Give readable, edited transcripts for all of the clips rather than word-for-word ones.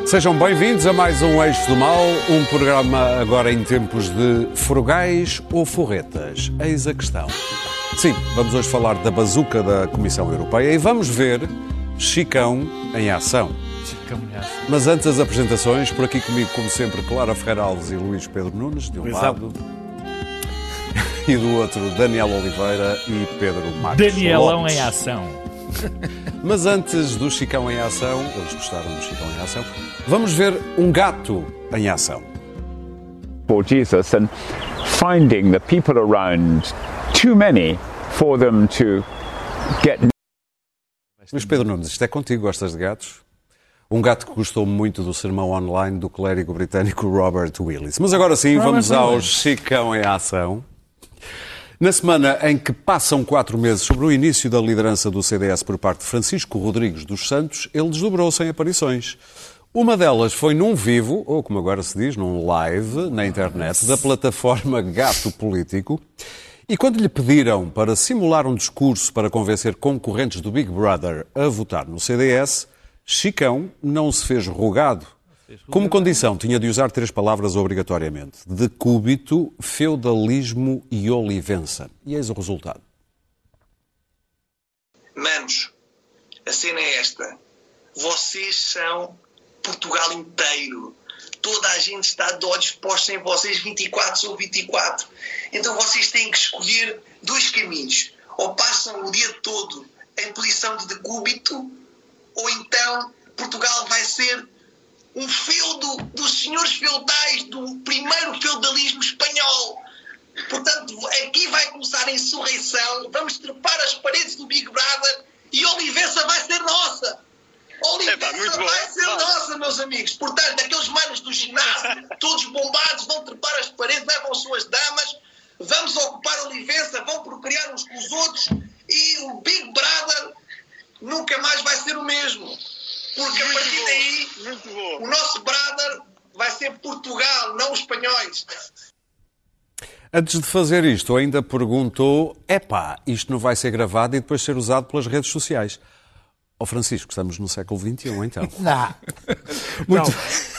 Sejam bem-vindos a mais um Eixo do Mal, um programa agora em tempos de frugais ou forretas. Eis a questão. Sim, vamos hoje falar da bazuca da Comissão Europeia e vamos ver Chicão em ação. Mas antes das apresentações, por aqui comigo, como sempre, Clara Ferreira Alves e Luís Pedro Nunes, de um lado, e do outro, Daniel Oliveira e Pedro Marcos Danielão Lopes. em ação. Mas antes do Chicão em ação, eles gostaram do Chicão em ação, vamos ver um gato em ação. For Jesus and finding the people around too many for them to get. Luís Pedro Nunes, isto é contigo, gostas de gatos? Um gato que gostou muito do sermão online do clérigo britânico Robert Willis. Mas agora sim, vamos ao Chicão em ação. Na semana em que passam 4 meses sobre o início da liderança do CDS por parte de Francisco Rodrigues dos Santos, ele desdobrou-se em aparições. Uma delas foi num vivo, ou como agora se diz, num live, na internet, da plataforma Gato Político. E quando lhe pediram para simular um discurso para convencer concorrentes do Big Brother a votar no CDS, Chicão não se fez rogado. Como condição, tinha de usar 3 palavras obrigatoriamente: decúbito, feudalismo e olivença. E eis o resultado. Manos, a cena é esta. Vocês são Portugal inteiro. Toda a gente está de olhos postos em vocês 24 sobre 24. Então vocês têm que escolher 2 caminhos. Ou passam o dia todo em posição de decúbito, ou então Portugal vai ser um feudo dos senhores feudais do primeiro feudalismo espanhol. Portanto, aqui vai começar a insurreição, vamos trepar as paredes do Big Brother e a Olivença vai ser nossa. A Olivença vai ser nossa, meus amigos. Portanto, aqueles manos do ginásio, todos bombados, vão trepar as paredes, levam suas damas, vamos ocupar a Olivença, vão procriar uns com os outros e o Big Brother nunca mais vai ser o mesmo. Porque a partir daí, o nosso brother vai ser Portugal, não os espanhóis. Antes de fazer isto, ainda perguntou: isto não vai ser gravado e depois ser usado pelas redes sociais? Ó Francisco, estamos no século XXI, então. Não. Muito...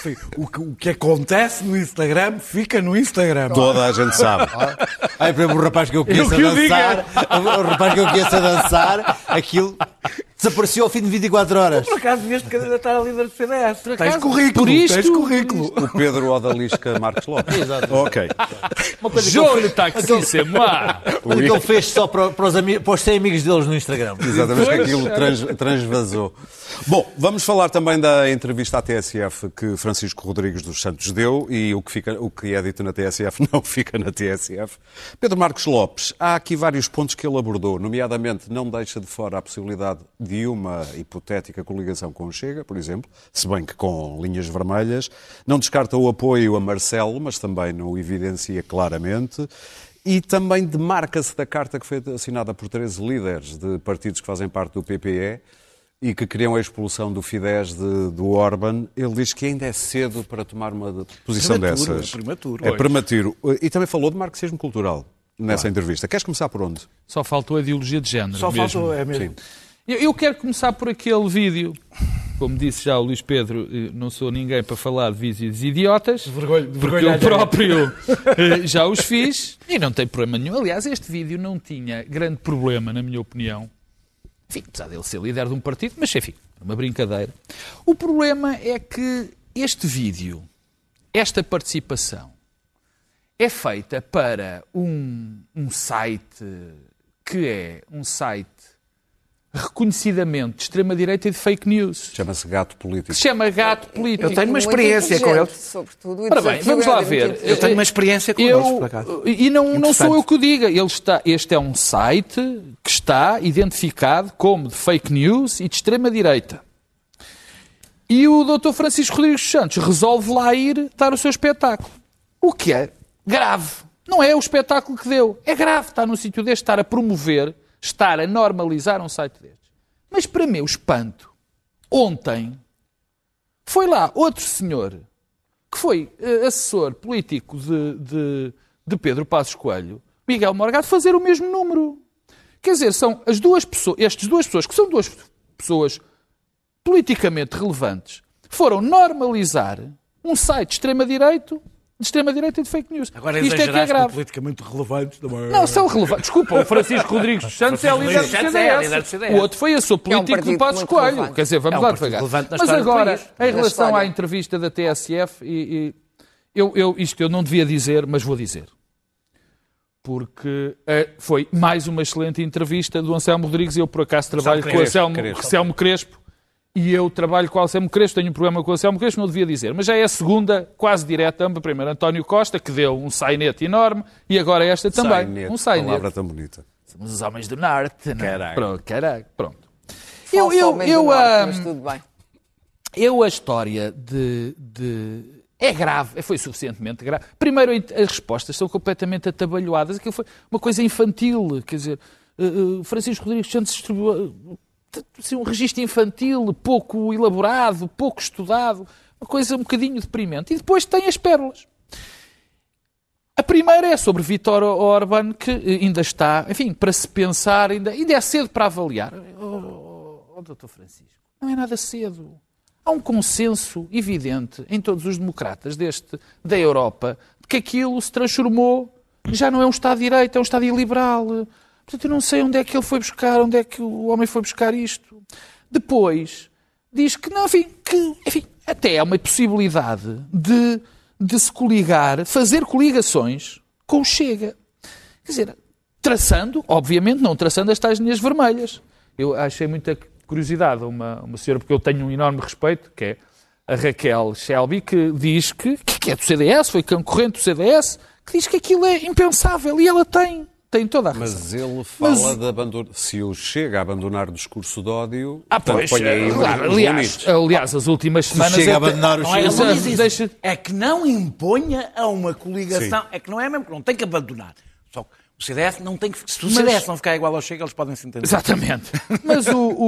O que acontece no Instagram, fica no Instagram. Toda a gente sabe. Aí, para o rapaz que eu conheço a dançar, o rapaz que eu conheço a dançar, aquilo desapareceu ao fim de 24 horas. Por acaso devias candidatar a líder do CDS. Tens currículo, tens currículo. O Pedro Odalisca Marcos Lopes. Exato. Ok. Jô-lhe táxi, c'est moi. Aquilo que ele fez só para os 100 amigos deles no Instagram. Exatamente, que aquilo transvasou. Bom, vamos falar também da entrevista à TSF que Francisco Rodrigues dos Santos deu, e o que é dito na TSF não fica na TSF. Pedro Marcos Lopes, há aqui vários pontos que ele abordou, nomeadamente não deixa de fora a possibilidade de uma hipotética coligação com o Chega, por exemplo, se bem que com linhas vermelhas, não descarta o apoio a Marcelo, mas também não o evidencia claramente. E também demarca-se da carta que foi assinada por 13 líderes de partidos que fazem parte do PPE e que queriam a expulsão do Fidesz do Orban. Ele diz que ainda é cedo para tomar uma posição dessas. É prematuro. E também falou de marxismo cultural nessa entrevista. Queres começar por onde? Só faltou a ideologia de género. Só mesmo. faltou, é mesmo. Sim. Eu quero começar por aquele vídeo. Como disse já o Luís Pedro, não sou ninguém para falar de vídeos idiotas, porque eu próprio já os fiz e não tem problema nenhum. Aliás, este vídeo não tinha grande problema, na minha opinião. Enfim, apesar dele ser líder de um partido, mas enfim, é uma brincadeira. O problema é que este vídeo, esta participação, é feita para um site que é um site reconhecidamente de extrema-direita e de fake news. Chama-se Gato Político. Se chama Gato Político. Eu tenho uma experiência com ele. Sobretudo, Ora bem, vamos lá ver. Eu tenho uma experiência com eles, por acaso. E não sou eu que o diga. Este é um site que está identificado como de fake news e de extrema-direita. E o Dr. Francisco Rodrigues dos Santos resolve lá ir dar o seu espetáculo. O que é grave. Não é o espetáculo que deu. É grave estar num sítio deste, estar a promover, estar a normalizar um site destes. Mas para mim o espanto, ontem, foi lá outro senhor que foi assessor político de Pedro Passos Coelho, Miguel Morgado, fazer o mesmo número. Quer dizer, são estas duas pessoas, que são duas pessoas politicamente relevantes, foram normalizar um site de extrema-direita e de fake news. Agora isto é que é grave. politicamente relevantes também. Não, são relevantes. Desculpa, o Francisco Rodrigues dos Santos é líder do CDS. O outro foi a sua política do Passos Coelho. Quer dizer, vamos lá devagar. Mas agora, em relação à entrevista da TSF, isto eu não devia dizer, mas vou dizer. Porque foi mais uma excelente entrevista do Anselmo Rodrigues. Eu, por acaso, trabalho com o Anselmo Crespo. E eu trabalho com o Anselmo Crespo, tenho um programa com o Anselmo Crespo, não devia dizer. Mas já é a segunda, quase direta, primeiro António Costa, que deu um sainete enorme, e agora esta também. Sainete, um sainete. Palavra tão bonita. Somos os homens do norte. Caralho. Pronto. Mas tudo bem. A história é grave, foi suficientemente grave. Primeiro, as respostas são completamente atabalhoadas. Aquilo foi uma coisa infantil, quer dizer, Francisco Rodrigues Santos distribuiu um registro infantil, pouco elaborado, pouco estudado, uma coisa um bocadinho deprimente. E depois tem as pérolas. A primeira é sobre Vítor Orbán, que ainda está, enfim, para se pensar, ainda é cedo para avaliar. Dr. Francisco, não é nada cedo. Há um consenso evidente em todos os democratas da Europa de que aquilo se transformou, já não é um Estado de Direito, é um Estado iliberal. Portanto, eu não sei onde é que ele foi buscar, onde é que o homem foi buscar isto. Depois, diz que, não, enfim, até há uma possibilidade de se coligar, fazer coligações com o Chega. Quer dizer, traçando, obviamente, não traçando as tais linhas vermelhas. Eu achei muita curiosidade uma senhora, porque eu tenho um enorme respeito, que é a Raquel Shelby, que diz que é do CDS, foi concorrente do CDS, que diz que aquilo é impensável, e ela tem toda a razão. Mas ele fala de abandonar. Se o Chega a abandonar o discurso de ódio, pois, põe aí aliás, as últimas semanas... Chega a abandonar o Chega. É que não imponha a uma coligação. Sim. É que não é mesmo, que não tem que abandonar. Só que o CDS não tem que... Se o CDS não ficar igual ao Chega, eles podem se entender. Exatamente. Mas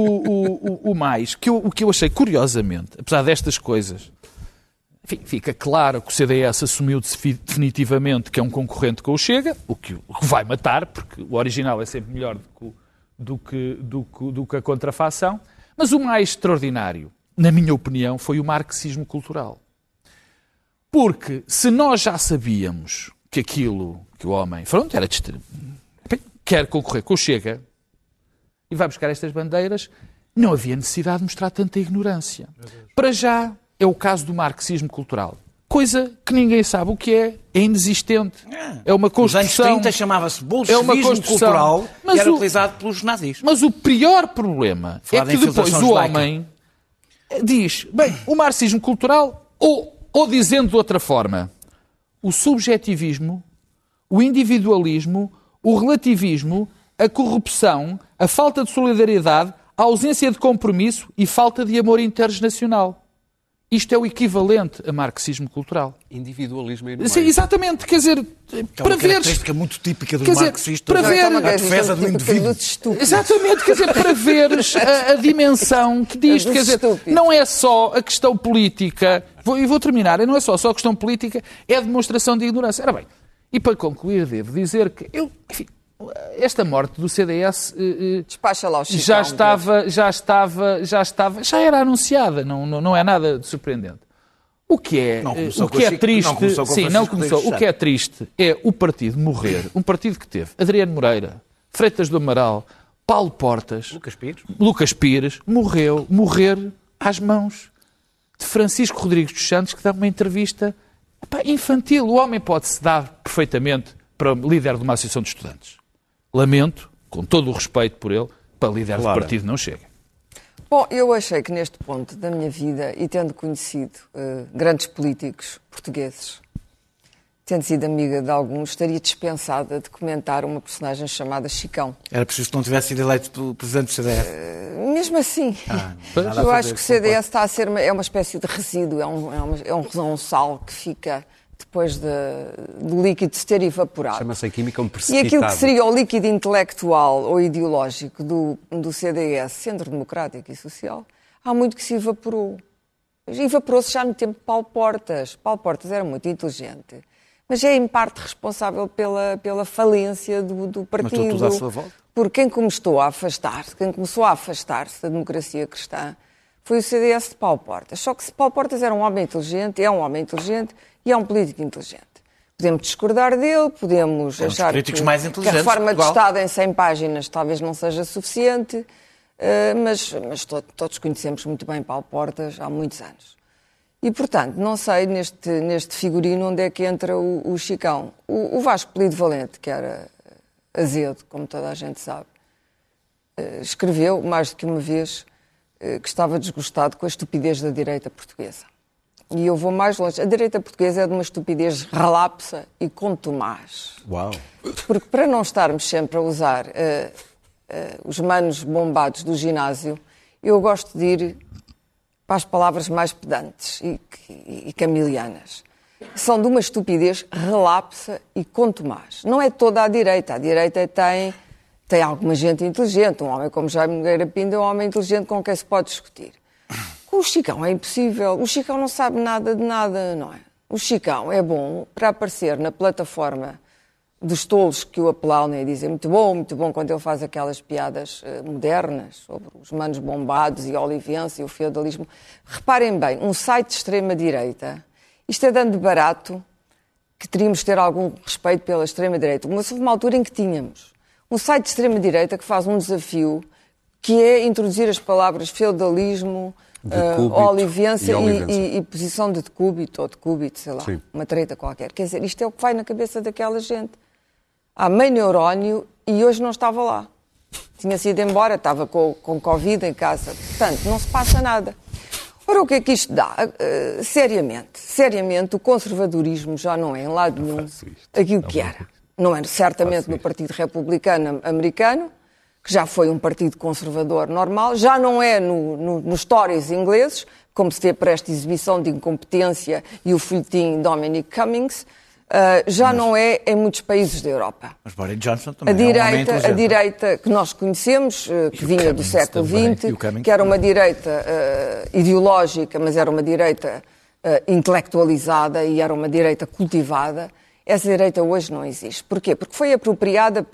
o que eu achei curiosamente, apesar destas coisas... Enfim, fica claro que o CDS assumiu definitivamente que é um concorrente com o Chega, o que vai matar, porque o original é sempre melhor do que a contrafação. Mas o mais extraordinário, na minha opinião, foi o marxismo cultural. Porque se nós já sabíamos que que o homem, era quer concorrer com o Chega e vai buscar estas bandeiras, não havia necessidade de mostrar tanta ignorância. Para já... É o caso do marxismo cultural. Coisa que ninguém sabe o que é inexistente. É uma construção... Nos anos 30 chamava-se bolchevismo cultural e era utilizado pelos nazis. Mas o pior problema é que depois o homem diz, bem, o marxismo cultural, ou dizendo de outra forma, o subjetivismo, o individualismo, o relativismo, a corrupção, a falta de solidariedade, a ausência de compromisso e falta de amor intergeneracional. Isto é o equivalente a marxismo cultural. Individualismo e Sim, exatamente, quer dizer, para ver... característica muito típica dos marxistas. Para ver... A defesa do indivíduo. Exatamente, quer dizer, para veres a dimensão que disto, quer dizer, não é só a questão política, e vou terminar, não é só a questão política, é a demonstração de ignorância. Ora bem, e para concluir, devo dizer que esta morte do CDS despacha lá o Chico, já era anunciada, não é nada de surpreendente. O que é triste, o que é triste é o partido morrer, um partido que teve Adriano Moreira, Freitas do Amaral, Paulo Portas, Lucas Pires, morrer às mãos de Francisco Rodrigues dos Santos, que dá uma entrevista infantil. O homem pode-se dar perfeitamente para líder de uma associação de estudantes. Lamento, com todo o respeito por ele, para líder do partido não chega. Bom, eu achei que neste ponto da minha vida, e tendo conhecido grandes políticos portugueses, tendo sido amiga de alguns, estaria dispensada de comentar uma personagem chamada Chicão. Era preciso que não tivesse sido eleito presidente do CDS. Mesmo assim, eu acho que o CDS está a ser uma espécie de resíduo, é um sal que fica depois do líquido se ter evaporado. Chama-se em química um precipitado. E aquilo que seria o líquido intelectual ou ideológico do CDS, Centro Democrático e Social, há muito que se evaporou. Evaporou-se já no tempo de Paulo Portas. Paulo Portas era muito inteligente, mas é em parte responsável pela falência do partido. Mas tudo à sua volta. Porque quem começou a afastar-se da democracia cristã foi o CDS de Paulo Portas. Só que Paulo Portas era um homem inteligente, é um homem inteligente e é um político inteligente. Podemos discordar dele, podemos achar que a reforma de Estado em 100 páginas talvez não seja suficiente, mas todos conhecemos muito bem Paulo Portas há muitos anos. E, portanto, não sei neste figurino onde é que entra o Chicão. O Vasco Polido Valente, que era azedo, como toda a gente sabe, escreveu mais do que uma vez que estava desgostado com a estupidez da direita portuguesa. E eu vou mais longe. A direita portuguesa é de uma estupidez relapsa e contumaz. Uau! Porque para não estarmos sempre a usar os manos bombados do ginásio, eu gosto de ir para as palavras mais pedantes e camilianas. São de uma estupidez relapsa e contumaz. Não é toda a direita. A direita tem alguma gente inteligente. Um homem como Jaime Nogueira Pinto é um homem inteligente com quem se pode discutir. Com o Chicão é impossível. O Chicão não sabe nada de nada, não é? O Chicão é bom para aparecer na plataforma dos tolos que o aplaudem e dizem muito bom, quando ele faz aquelas piadas modernas sobre os manos bombados e a Olivença e o feudalismo. Reparem bem, um site de extrema-direita, isto é dando de barato que teríamos de ter algum respeito pela extrema-direita. Mas houve uma altura em que tínhamos um site de extrema-direita que faz um desafio que é introduzir as palavras feudalismo, Olivença e posição de decúbito ou decúbito, sei lá, sim, uma treta qualquer. Quer dizer, isto é o que vai na cabeça daquela gente. Há meio neurónio e hoje não estava lá. Tinha-se ido embora, estava com Covid em casa. Portanto, não se passa nada. Ora, o que é que isto dá? Seriamente, o conservadorismo já não é em lado nenhum aquilo que era. Não é certamente no Partido Republicano Americano, que já foi um partido conservador normal, já não é nos Tories ingleses, como se vê por esta exibição de incompetência e o folhetim Dominic Cummings, já não é em muitos países da Europa. Mas Boris Johnson também a direita que nós conhecemos, que vinha do século XX, que era uma direita ideológica, mas era uma direita intelectualizada e era uma direita cultivada, essa direita hoje não existe. Porquê? Porque foi apropriada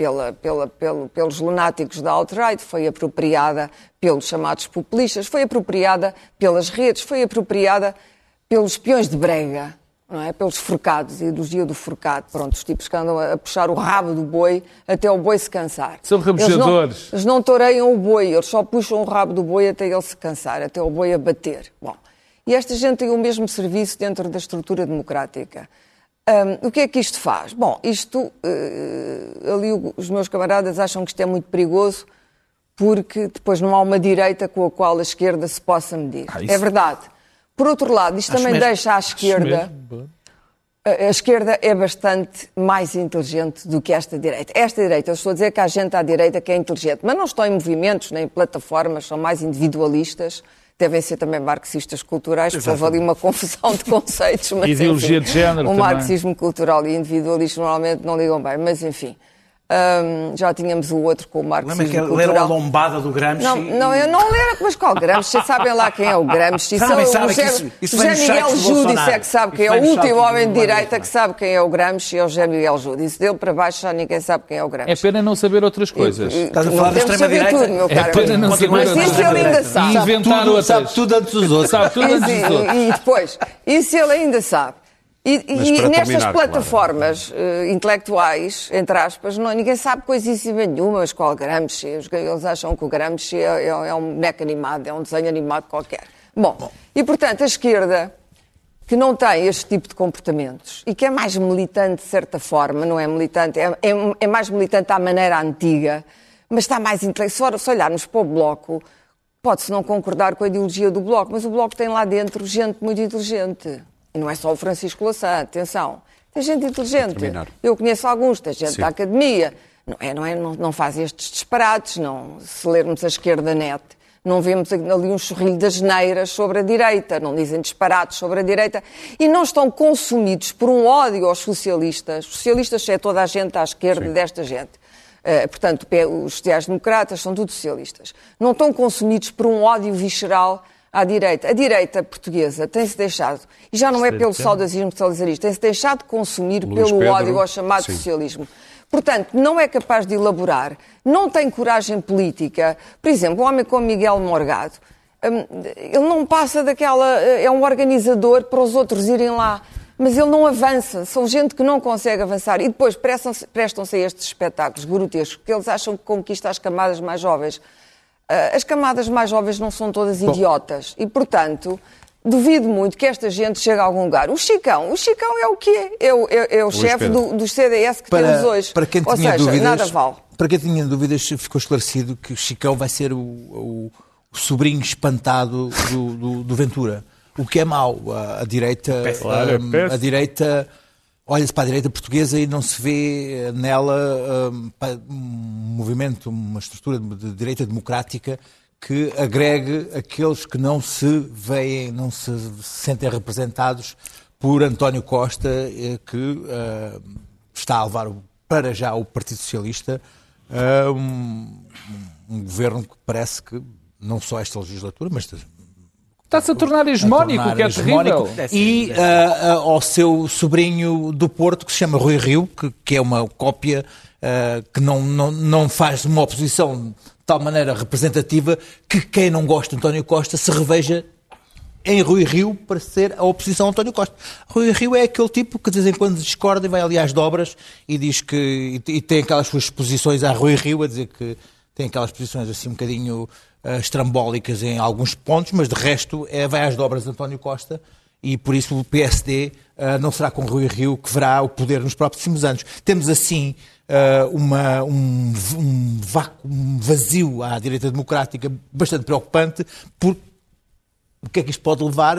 pelos lunáticos da alt-right, foi apropriada pelos chamados populistas, foi apropriada pelas redes, foi apropriada pelos peões de brega, não é? Pelos forcados, a ideologia do forcado. Pronto, os tipos que andam a puxar o rabo do boi até o boi se cansar. São rabujadores. Eles não toureiam o boi, eles só puxam o rabo do boi até ele se cansar, até o boi abater. Bom, e esta gente tem o mesmo serviço dentro da estrutura democrática. O que é que isto faz? Bom, ali os meus camaradas acham que isto é muito perigoso porque depois não há uma direita com a qual a esquerda se possa medir. É verdade. Por outro lado, isto também deixa à esquerda... A esquerda é bastante mais inteligente do que esta direita. Esta direita, eu estou a dizer que há gente à direita que é inteligente, mas não estão em movimentos nem em plataformas, são mais individualistas. Devem ser também marxistas culturais, porque houve ali uma confusão de conceitos. Mas, ideologia enfim, de género o marxismo cultural e individualismo normalmente não ligam bem, mas enfim. Já tínhamos o outro com o marxismo cultural. Leram a lombada do Gramsci? Não, eu não leio, mas qual Gramsci? Sabem lá quem é o Gramsci? Sabem o José Miguel Júdice é que sabe quem é o último homem de direita que sabe quem é o Gramsci, é o José Miguel Júdice. Dele para baixo já ninguém sabe quem é o Gramsci. É pena não saber outras coisas. Estás a falar da extrema-direita? É pena não saber mas isso ele ainda sabe. E inventar outras. Sabe tudo antes dos outros. Sabe tudo antes dos outros. E depois, isso ele ainda sabe. E nestas plataformas intelectuais, entre aspas, ninguém sabe coisíssima nenhuma, mas qual Gramsci? Eles acham que o Gramsci é um boneco animado, é um desenho animado qualquer. Bom, e portanto a esquerda, que não tem este tipo de comportamentos e que é mais militante de certa forma, não é militante, é mais militante à maneira antiga, mas está mais intelectual. Se olharmos para o Bloco, pode-se não concordar com a ideologia do Bloco, mas o Bloco tem lá dentro gente muito inteligente. E não é só o Francisco Louçã, atenção. Tem gente inteligente. Eu conheço alguns, tem gente da academia. Não faz estes disparates, se lermos a esquerda net, não vemos ali um chorrilho das geneiras sobre a direita, não dizem disparates sobre a direita, e não estão consumidos por um ódio aos socialistas. Os socialistas é toda a gente à esquerda desta gente. Portanto, os sociais-democratas são todos socialistas. Não estão consumidos por um ódio visceral à direita. A direita portuguesa tem-se deixado, e já não é pelo saudosismo salazarista, tem-se deixado de consumir pelo ódio ao chamado socialismo. Portanto, não é capaz de elaborar, não tem coragem política. Por exemplo, um homem como Miguel Morgado Ele não passa daquela... É um organizador para os outros irem lá. Mas ele não avança. São gente que não consegue avançar. E depois prestam-se a estes espetáculos grotescos, que eles acham que conquista as camadas mais jovens. As camadas mais jovens não são todas idiotas. E, portanto, duvido muito que esta gente chegue a algum lugar. O Chicão é o quê? É o chefe dos CDS que temos hoje. Para quem Ou tinha seja, dúvidas, nada vale. Para quem tinha dúvidas, ficou esclarecido que o Chicão vai ser o sobrinho espantado do Ventura. O que é mau. A direita... a direita... Olha-se para a direita portuguesa e não se vê nela um movimento, uma estrutura de direita democrática que agregue aqueles que não se veem, não se sentem representados por António Costa, que está a levar para já o Partido Socialista a um governo que parece que, não só esta legislatura, mas... Está-se a tornar hegemónico, o que é terrível. E ao seu sobrinho do Porto, que se chama Rui Rio, que é uma cópia que não faz uma oposição de tal maneira representativa que quem não gosta de António Costa se reveja em Rui Rio para ser a oposição a António Costa. Rui Rio é aquele tipo que de vez em quando discorda e vai ali às dobras e diz que... E tem aquelas suas posições a Rui Rio, a dizer que tem aquelas posições assim um bocadinho... estrambólicas em alguns pontos, mas de resto vai às dobras de António Costa e por isso o PSD não será com Rui Rio que verá o poder nos próximos anos. Temos assim um vácuo, um vazio à direita democrática bastante preocupante, porque o que é que isto pode levar?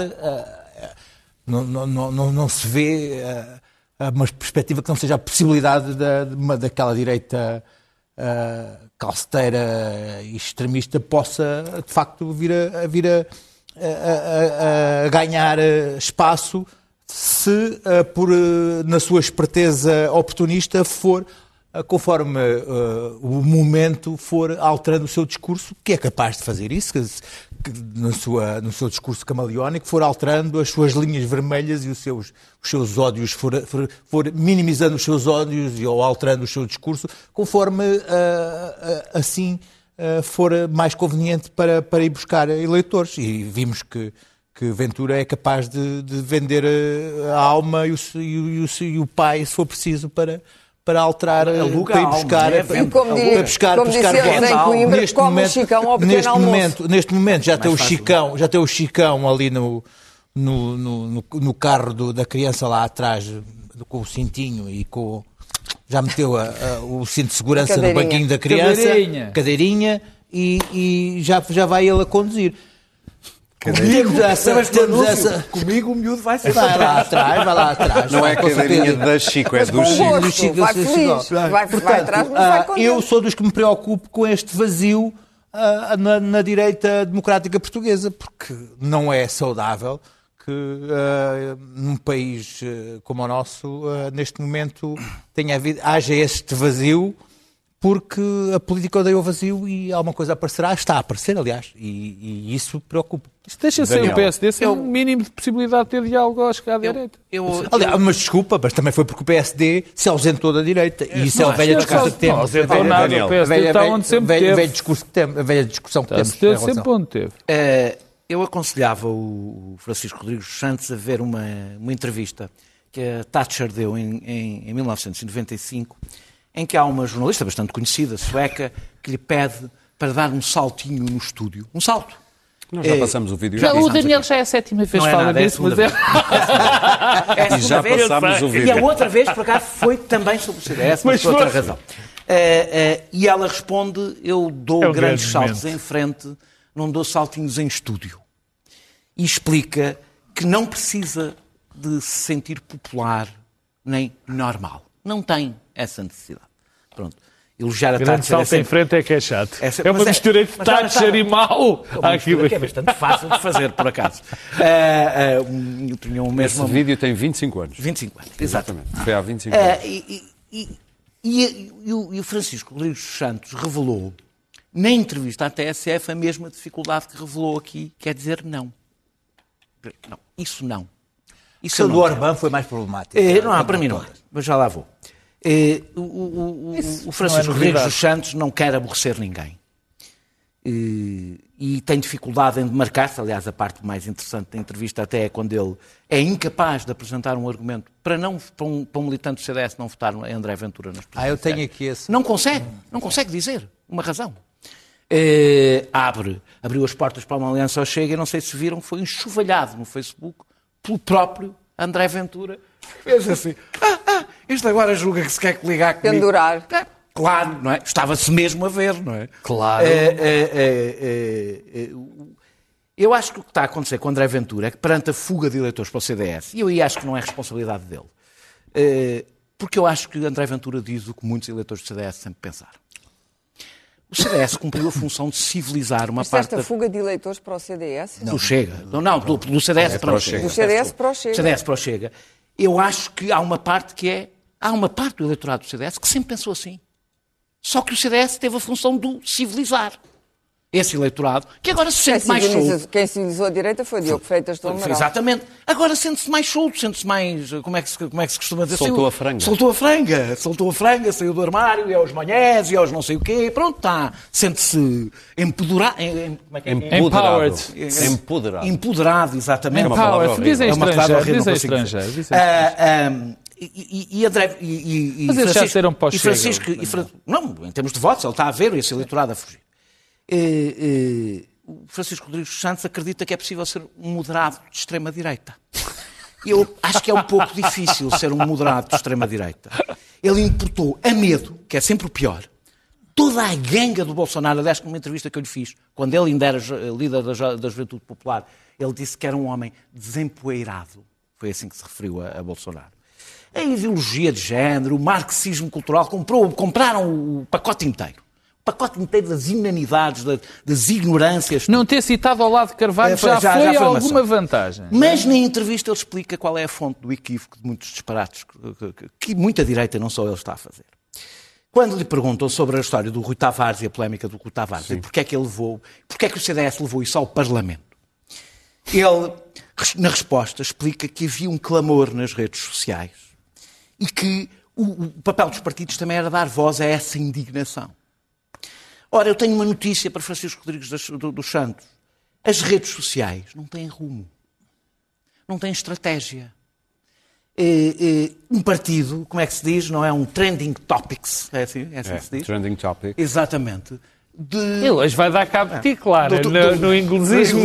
Não se vê uma perspectiva que não seja a possibilidade daquela direita calceteira e extremista possa, de facto, vir a ganhar espaço se, na sua esperteza oportunista, for, conforme o momento for alterando o seu discurso, que é capaz de fazer isso, que no seu discurso camaleónico, for alterando as suas linhas vermelhas e os seus ódios, for minimizando os seus ódios ou alterando o seu discurso, conforme assim for mais conveniente para ir buscar eleitores. E vimos que Ventura é capaz de vender a alma e o pai, se for preciso, para alterar, para ir buscar, para buscar votos. Neste momento já tem o Chicão ali no carro da criança lá atrás, com o cintinho e já meteu o cinto de segurança no banquinho da criança, cadeirinha, e já vai ele a conduzir. Comigo o miúdo vai ser vai lá atrás. Não é a cadeirinha da Chico, é do Chico. Vai feliz. Vai atrás, mas vai contente. Eu sou dos que me preocupo com este vazio na direita democrática portuguesa, porque não é saudável que num país como o nosso, neste momento, haja este vazio, porque a política odeia o vazio e alguma coisa aparecerá, está a aparecer, aliás, e isso preocupa. Isto deixa ser o PSD sem um mínimo de possibilidade de ter diálogo à chegar à direita. Aliás, mas desculpa, mas também foi porque o PSD se ausentou da direita, e isso é a velha discussão que temos. Não ausentou nada, o PSD está onde sempre teve. A velha discussão que temos. Sempre onde teve. Eu aconselhava o Francisco Rodrigues Santos a ver uma entrevista que a Thatcher deu em 1995, em que há uma jornalista bastante conhecida, sueca, que lhe pede para dar um saltinho no estúdio. Um salto. Nós já passamos o vídeo. O Daniel já é a 7ª vez que fala disso, mas é e já passámos o vídeo. E a outra vez, por acaso, foi também sobre o CDS, mas por outra razão. E ela responde, eu dou grandes saltos em frente, não dou saltinhos em estúdio. E explica que não precisa de se sentir popular nem normal. Não tem essa necessidade. Pronto. Elogiar a grande Thatcher salto em frente é que é chato. É uma mistura entre Thatcher e mau. Que é bastante fácil de fazer, por acaso. Esse vídeo tem 25 anos. 25 anos, exatamente. Foi há 25 anos. E o Francisco Rodrigues Santos revelou, na entrevista à TSF, a mesma dificuldade que revelou aqui, quer dizer não. Não, isso não. Isso do Orbán foi mais problemático. Não, para mim não é, mas já lá vou. O Francisco Rodrigues dos Santos não quer aborrecer ninguém. e tem dificuldade em demarcar-se. Aliás, a parte mais interessante da entrevista até é quando ele é incapaz de apresentar um argumento para um militante do CDS não votar em André Ventura nas presidenciais. Eu tenho aqui esse. Não consegue dizer uma razão. Abriu as portas para uma aliança ao Chega e não sei se viram, foi enxovalhado no Facebook pelo próprio André Ventura. Fez assim, isto agora julga que se quer ligar comigo. Pendurar. Claro, não é? Estava-se mesmo a ver, não é? Claro. Eu acho que o que está a acontecer com André Ventura é que perante a fuga de eleitores para o CDS, e eu aí acho que não é responsabilidade dele, porque eu acho que André Ventura diz o que muitos eleitores do CDS sempre pensaram. O CDS cumpriu a função de civilizar uma parte esta fuga de eleitores para o CDS? Do Chega. Do CDS para o Chega. Do CDS para o Chega. CDS para o Chega. Eu acho que há uma parte há uma parte do eleitorado do CDS que sempre pensou assim. Só que o CDS teve a função de civilizar esse eleitorado, que agora se sente mais solto. Quem civilizou a direita foi Diogo Freitas do Amaral. Exatamente. Agora sente-se mais solto, sente-se mais... Como é que se costuma dizer? Soltou a franga. Soltou a franga, saiu do armário, e aos manhés, e aos não sei o quê. Pronto, está. Sente-se empoderado. Empoderado, exatamente. Empowered. Dizem estrangeiro. Mas eles já saíram para o Chega. Não, em termos de votos, ele está a ver esse eleitorado a fugir. O Francisco Rodrigues Santos acredita que é possível ser um moderado de extrema-direita. Eu acho que é um pouco difícil ser um moderado de extrema-direita. Ele importou a medo, que é sempre o pior, toda a ganga do Bolsonaro. Aliás, numa entrevista que eu lhe fiz, quando ele ainda era líder da Juventude Popular, ele disse que era um homem desempoeirado. Foi assim que se referiu a Bolsonaro. A ideologia de género, o marxismo cultural, compraram o pacote inteiro. O pacote inteiro das inanidades, das ignorâncias. Não ter citado ao lado de Carvalho já foi alguma vantagem. Mas na entrevista ele explica qual é a fonte do equívoco de muitos disparates que muita direita, não só ele, está a fazer. Quando lhe perguntam sobre a história do Rui Tavares e a polémica do Rui Tavares, e porque é que o CDS levou isso ao Parlamento, ele, na resposta, explica que havia um clamor nas redes sociais e que o papel dos partidos também era dar voz a essa indignação. Ora, eu tenho uma notícia para Francisco Rodrigues dos Santos. As redes sociais não têm rumo. Não têm estratégia. Um partido, como é que se diz? Não é um trending topics. É assim que se diz? Trending topic. Exatamente. Ele hoje vai dar cabo de ti, claro, no inglesismo.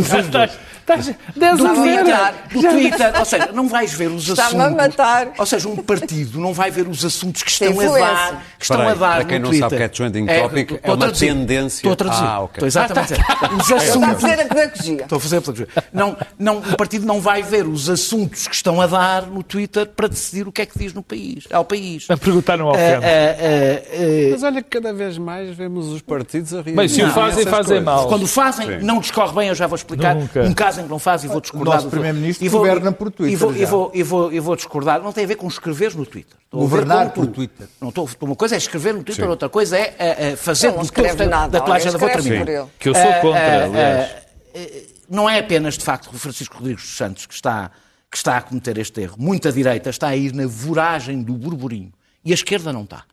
Do Twitter, ou seja, não vais ver os assuntos. Está-me a matar. Ou seja, um partido não vai ver os assuntos que estão a dar no Twitter. Para quem não sabe o que é trending topic, é uma tendência. Estou a traduzir. Estou exatamente a dizer. Os assuntos. Está a fazer a pedagogia. Estou a fazer a pedagogia. O partido não vai ver os assuntos que estão a dar no Twitter para decidir o que é que diz no país, ao país. A perguntar não ofende. Mas olha que cada vez mais vemos os partidos a rir. Bem, se o fazem mal. Quando fazem, não discorre bem, eu já vou explicar. Um caso em que não fazem e vou discordar. O nosso Primeiro-Ministro governa por Twitter. E vou discordar. Não tem a ver com escrever no Twitter. Governar por Twitter. Uma coisa é escrever no Twitter, outra coisa é fazer no topo da tua agenda. Vou terminar. Que eu sou contra, aliás. Não é apenas, de facto, o Francisco Rodrigues dos Santos que está a cometer este erro. Muita direita está a ir na voragem do burburinho. E a esquerda não está.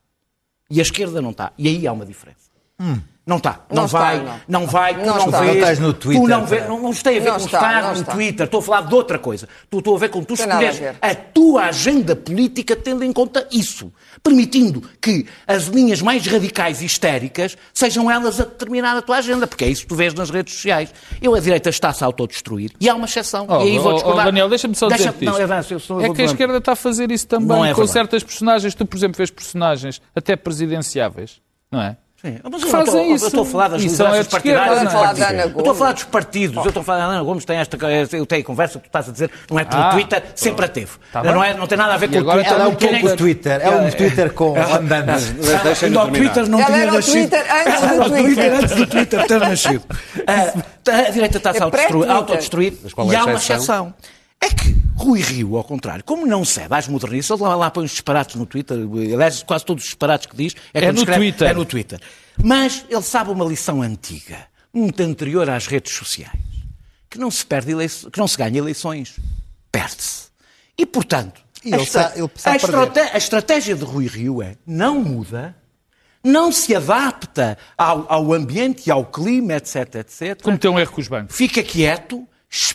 E aí há uma diferença. Não está. Não vai. Não estás no Twitter. Não tem a ver com estar no Twitter. Estou a falar de outra coisa. Estou a ver com tu escolheres a tua agenda política tendo em conta isso. Permitindo que as linhas mais radicais e histéricas sejam elas a determinar a tua agenda. Porque é isso que tu vês nas redes sociais. A direita está-se a autodestruir. E há uma exceção. E aí vou discordar. Daniel, deixa-me só dizer isto. É que a esquerda está a fazer isso também com certas personagens. Tu, por exemplo, vês personagens até presidenciáveis. Não é? Sim. Mas eu estou a falar das lideranças partidárias. Eu estou a falar dos partidos. Eu estou a falar da Ana Gomes, eu tenho conversa, tu estás a dizer, não é pelo Twitter, sempre a teve. Não tem nada a ver com o Twitter. É um Twitter. É um Twitter com andantes. O Twitter não tinha nascido. Antes do Twitter ter nascido. A direita está-se a autodestruir e há uma exceção. É que Rui Rio, ao contrário, como não cede às modernistas, ele lá põe os disparates no Twitter, aliás, quase todos os disparates que diz é no Twitter. Mas ele sabe uma lição antiga, muito anterior às redes sociais, que não se ganha eleições, perde-se. E, portanto, a estratégia de Rui Rio não muda, não se adapta ao ambiente e ao clima, etc, etc. Cometeu um erro com os bancos. Fica quieto,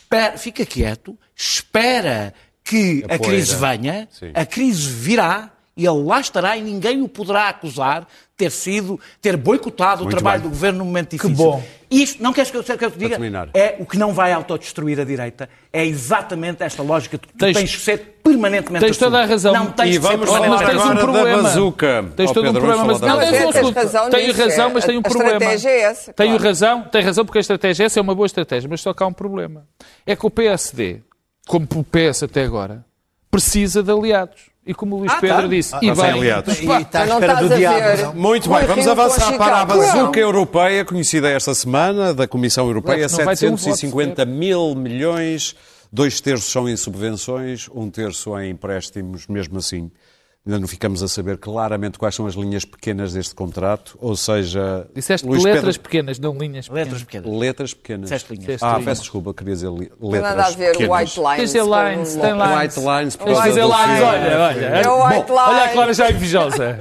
espera que a crise venha, a crise virá, e ele lá estará e ninguém o poderá acusar de ter boicotado o trabalho do governo num momento difícil. Que bom. Isto, não queres que eu te diga? É o que não vai autodestruir a direita. É exatamente esta lógica de que tu tens que ser permanentemente Tens toda a razão. Não tens e vamos falar mas tens agora um problema. da bazuca. Tens todo um problema. Mas não, tens razão tenho nisso, razão, mas tenho um problema. A estratégia é essa. Tenho razão, tem razão, porque a estratégia essa é uma boa estratégia, mas só que há um problema. É que o PSD, como o PS até agora, precisa de aliados. E como o Luís Pedro disse, e bem aliados. E está à espera do diabo. Muito bem, vamos avançar para a bazuca europeia, conhecida esta semana, da Comissão Europeia, 750 mil milhões, 2/3 são em subvenções, 1/3 em empréstimos, mesmo assim. Ainda não ficamos a saber claramente quais são as linhas pequenas deste contrato, ou seja... Disseste Luís letras Pedro... pequenas, não linhas pequenas. Letras pequenas. Disseste linhas. Peço desculpa, queria dizer letras Não nada a ver, pequenas. white lines. Tens lines, tem lines. White lines, por Tens causa dizer do lines, filme. olha. É o white line. Olha a Clara já é invejosa.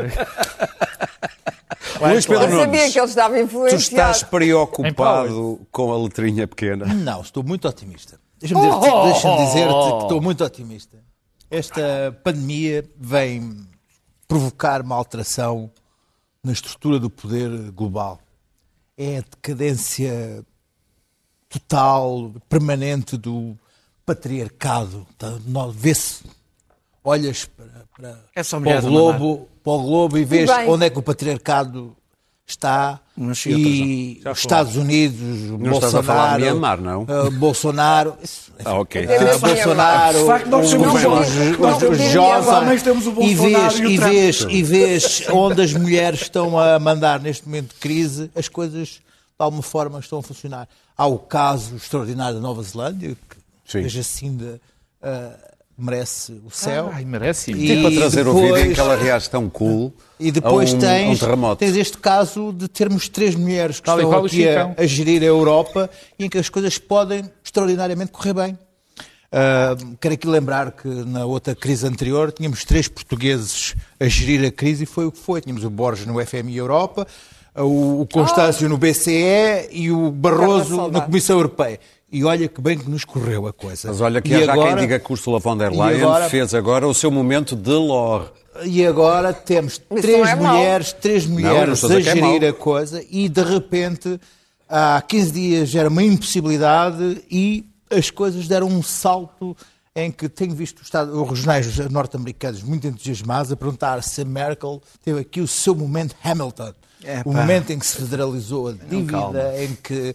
Luís Pedro Eu sabia Nunes, que ele estava tu influenciado. estás preocupado com a letrinha pequena? Não, estou muito otimista. Deixa-me dizer-te que estou muito otimista. Esta pandemia vem provocar uma alteração na estrutura do poder global. É a decadência total, permanente do patriarcado. Vê-se, olhas para o globo e vês onde é que o patriarcado está. E os Estados Unidos, não Bolsonaro... estás a falar de Myanmar, não? Bolsonaro... Ok. Bolsonaro, os jovens, e vês onde as mulheres estão a mandar neste momento de crise, as coisas de alguma forma estão a funcionar. Há o caso extraordinário da Nova Zelândia, que veja assim merece o céu. Merece. E para trazer o vídeo em que ela reage tão cool e depois a um terremoto. Tens este caso de termos 3 mulheres que estão aqui a gerir a Europa e em que as coisas podem extraordinariamente correr bem. Quero aqui lembrar que na outra crise anterior tínhamos 3 portugueses a gerir a crise e foi o que foi. Tínhamos o Borges no FMI Europa, o Constâncio no BCE e o Barroso na Comissão Europeia. E olha que bem que nos correu a coisa. Mas olha que já quem diga que Ursula von der Leyen fez agora o seu momento de lore. E agora temos 3 mulheres a gerir a coisa e de repente há 15 dias era uma impossibilidade e as coisas deram um salto em que tenho visto os jornais norte-americanos muito entusiasmados a perguntar se a Merkel teve aqui o seu momento Hamilton. O momento em que se federalizou a dívida, em que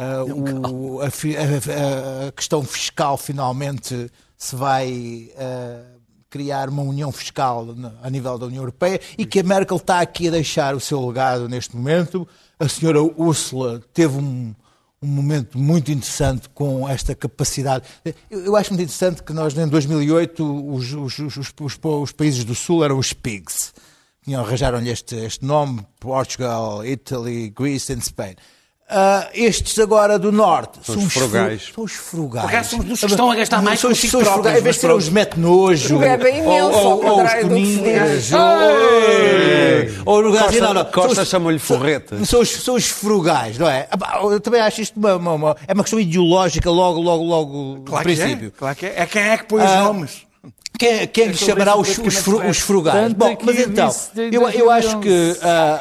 a questão fiscal finalmente se vai criar uma união fiscal a nível da União Europeia e que a Merkel está aqui a deixar o seu legado neste momento. A senhora Ursula teve um momento muito interessante com esta capacidade. Eu acho muito interessante que nós, em 2008, os países do Sul eram os PIGS. Arranjaram-lhe este nome, Portugal, Italy, Greece and Spain. Estes agora do Norte são os frugais. São os frugais. Porque são os que estão a gastar mais com os frugais. Em vez de ser os mete-nojo, ou os coninhas, ou no caso... Costa chamam-lhe forreta. São os frugais, não é? Eu também acho isto é uma questão ideológica logo no princípio. Claro que é. É quem é que põe os nomes. Quem lhe chamará os frugais? Bom, mas então, eu acho que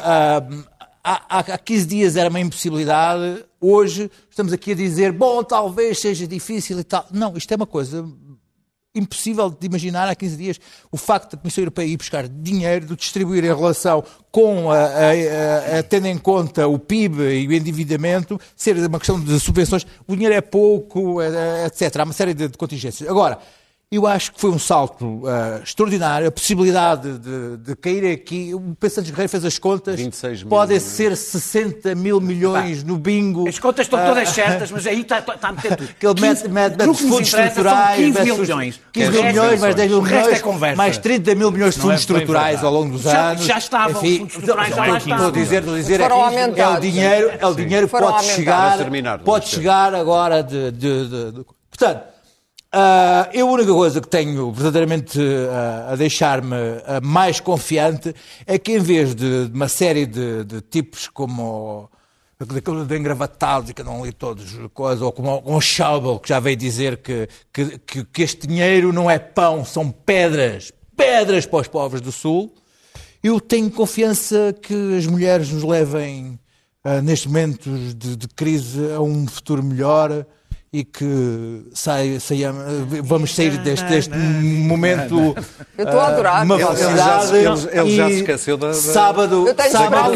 há 15 dias era uma impossibilidade, hoje estamos aqui a dizer, bom, talvez seja difícil e tal. Não, isto é uma coisa impossível de imaginar há 15 dias. O facto da Comissão Europeia ir buscar dinheiro, de distribuir em relação com tendo em conta o PIB e o endividamento, ser uma questão de subvenções, o dinheiro é pouco, etc. Há uma série de contingências. Agora, eu acho que foi um salto extraordinário, a possibilidade de cair aqui. O Pedro Santos Guerreiro fez as contas, podem ser 60 mil milhões no bingo. As contas estão todas certas, mas aí está a meter tudo. Que ele mete fundos estruturais, 15 mil milhões. 15 mil milhões, mais 10 mil milhões, é mais 30 mil milhões de fundos estruturais ao longo dos anos. Já estavam os fundos estruturais, já lá estavam. Estou a dizer, é o dinheiro que pode chegar agora Portanto, Eu a única coisa que tenho verdadeiramente a deixar-me mais confiante é que, em vez de uma série de tipos como daqueles de engravatados e que não li todos, ou como o Schäuble, que já veio dizer que este dinheiro não é pão, são pedras para os povos do Sul, eu tenho confiança que as mulheres nos levem, nestes momentos de crise, a um futuro melhor. E que vamos sair deste momento. Eu estou a adorar. Uma velocidade. Ele já se esqueceu da. Sábado. Eu tenho esperança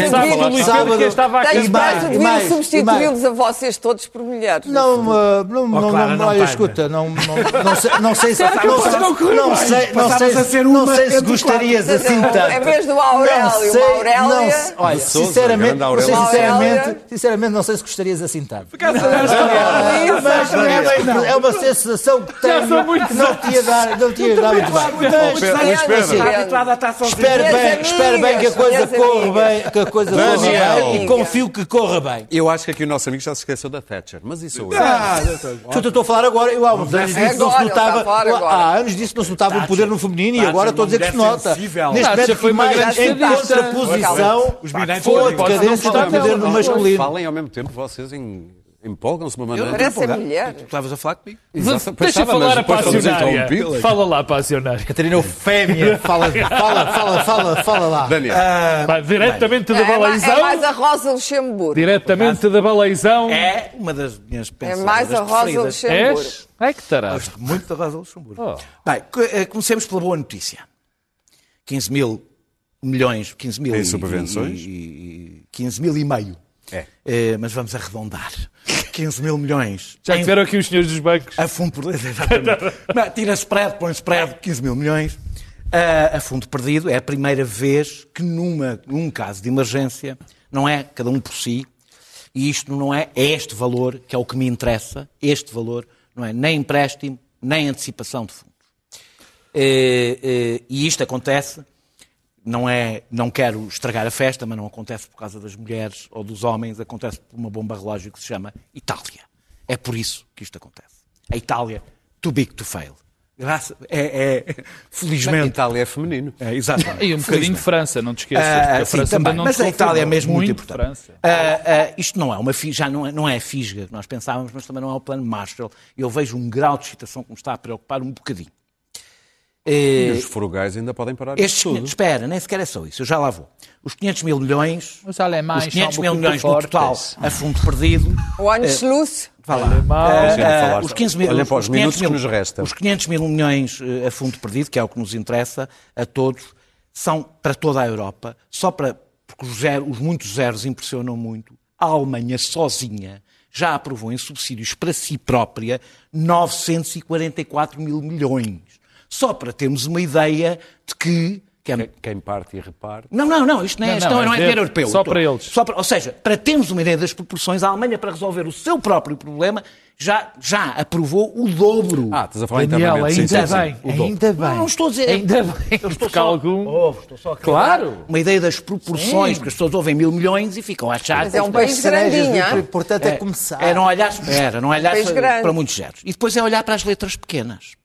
de vir substituí-los a vocês todos por mulheres. Escuta, não sei se gostarias assim tanto. Em vez do Aurélia. Olha, sinceramente, não sei se gostarias assim tanto. É uma sensação que tenho que não te ia dar muito bem. Espero bem que a coisa corra bem e confio que corra bem. Eu acho que aqui o nosso amigo já se esqueceu da Thatcher, mas isso eu. Estou a falar agora, eu há anos disse que não se notava o poder no feminino e agora estou a dizer que se nota. Neste momento foi mais em contraposição com a decadência do poder no masculino. Falem ao mesmo tempo, vocês empolgam-se de uma maneira. Parece a mulher. Tu estavas a falar comigo. Deixa falar a passionária. Fala lá, passionária. Catarina Eufémia, fala lá. Daniel. Diretamente da Baleizão. É mais a Rosa Luxemburgo. Diretamente da Baleizão. É uma das minhas pensadas. É mais a Rosa Luxemburgo. Ai, que tarado. Gosto muito da Rosa Luxemburgo. Bem, comecemos pela boa notícia. 15 mil milhões, 15 mil em subvenções. 15 mil e meio. Mas vamos arredondar. 15 mil milhões. Já tiveram aqui os senhores dos bancos. A fundo perdido, exatamente. Tira spread, põe spread, 15 mil milhões. A fundo perdido é a primeira vez que num caso de emergência, não é cada um por si, e isto não é este valor, que é o que me interessa, este valor não é nem empréstimo, nem antecipação de fundos. E isto acontece... Não quero estragar a festa, mas não acontece por causa das mulheres ou dos homens, acontece por uma bomba relógio que se chama Itália. É por isso que isto acontece. A Itália, too big to fail. Felizmente. A Itália é feminino. Exatamente. E um bocadinho de França, não te esqueças. Que a França também, mas a Itália é mesmo muito importante. França. Isto não é não é a fisga que nós pensávamos, mas também não é o plano Marshall. Eu vejo um grau de excitação que me está a preocupar um bocadinho. E os frugais ainda podem parar isto tudo. Espera, nem sequer é só isso, eu já lá vou. Os 500 mil milhões, os alemães, os 500 mil milhões no total a fundo perdido. O Anschluss. Vá lá. Os 15 mil, olha para os minutos que nos restam. Os 500 mil milhões a fundo perdido, que é o que nos interessa a todos, são para toda a Europa, porque os muitos zeros impressionam muito. A Alemanha sozinha já aprovou em subsídios para si própria 944 mil milhões. Só para termos uma ideia de que... Quem parte e reparte. Não, isto não é dinheiro europeu. Só para eles. Ou seja, para termos uma ideia das proporções, a Alemanha, para resolver o seu próprio problema, já aprovou o dobro. Estás a falar Daniel, internamente. ainda bem. Não estou a dizer... Ainda bem. Estou só a claro. Uma ideia das proporções, porque as pessoas ouvem 1.000 milhões e ficam a achar... Mas é um país grandinho, O importante é começar. Não olhar para muitos zeros. E depois é olhar para as letras pequenas.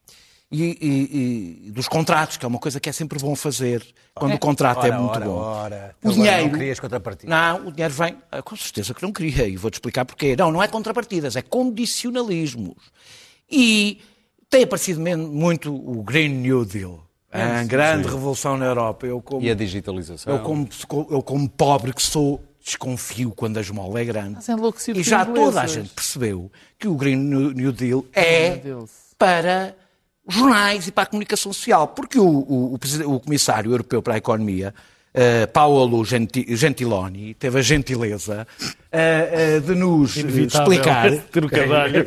E dos contratos, que é uma coisa que é sempre bom fazer quando o contrato é muito bom. O dinheiro, não querias contrapartida. Não, o dinheiro vem, com certeza que não queria, e vou-te explicar porquê. Não é contrapartidas, é condicionalismos. E tem aparecido muito o Green New Deal, a grande revolução na Europa. E a digitalização. Eu como pobre que sou, desconfio quando a esmola é grande. E já toda a gente percebeu que o Green New Deal é para... jornais e para a comunicação social, porque o Comissário Europeu para a Economia, Paolo Gentiloni, teve a gentileza de nos explicar... Trocadilho.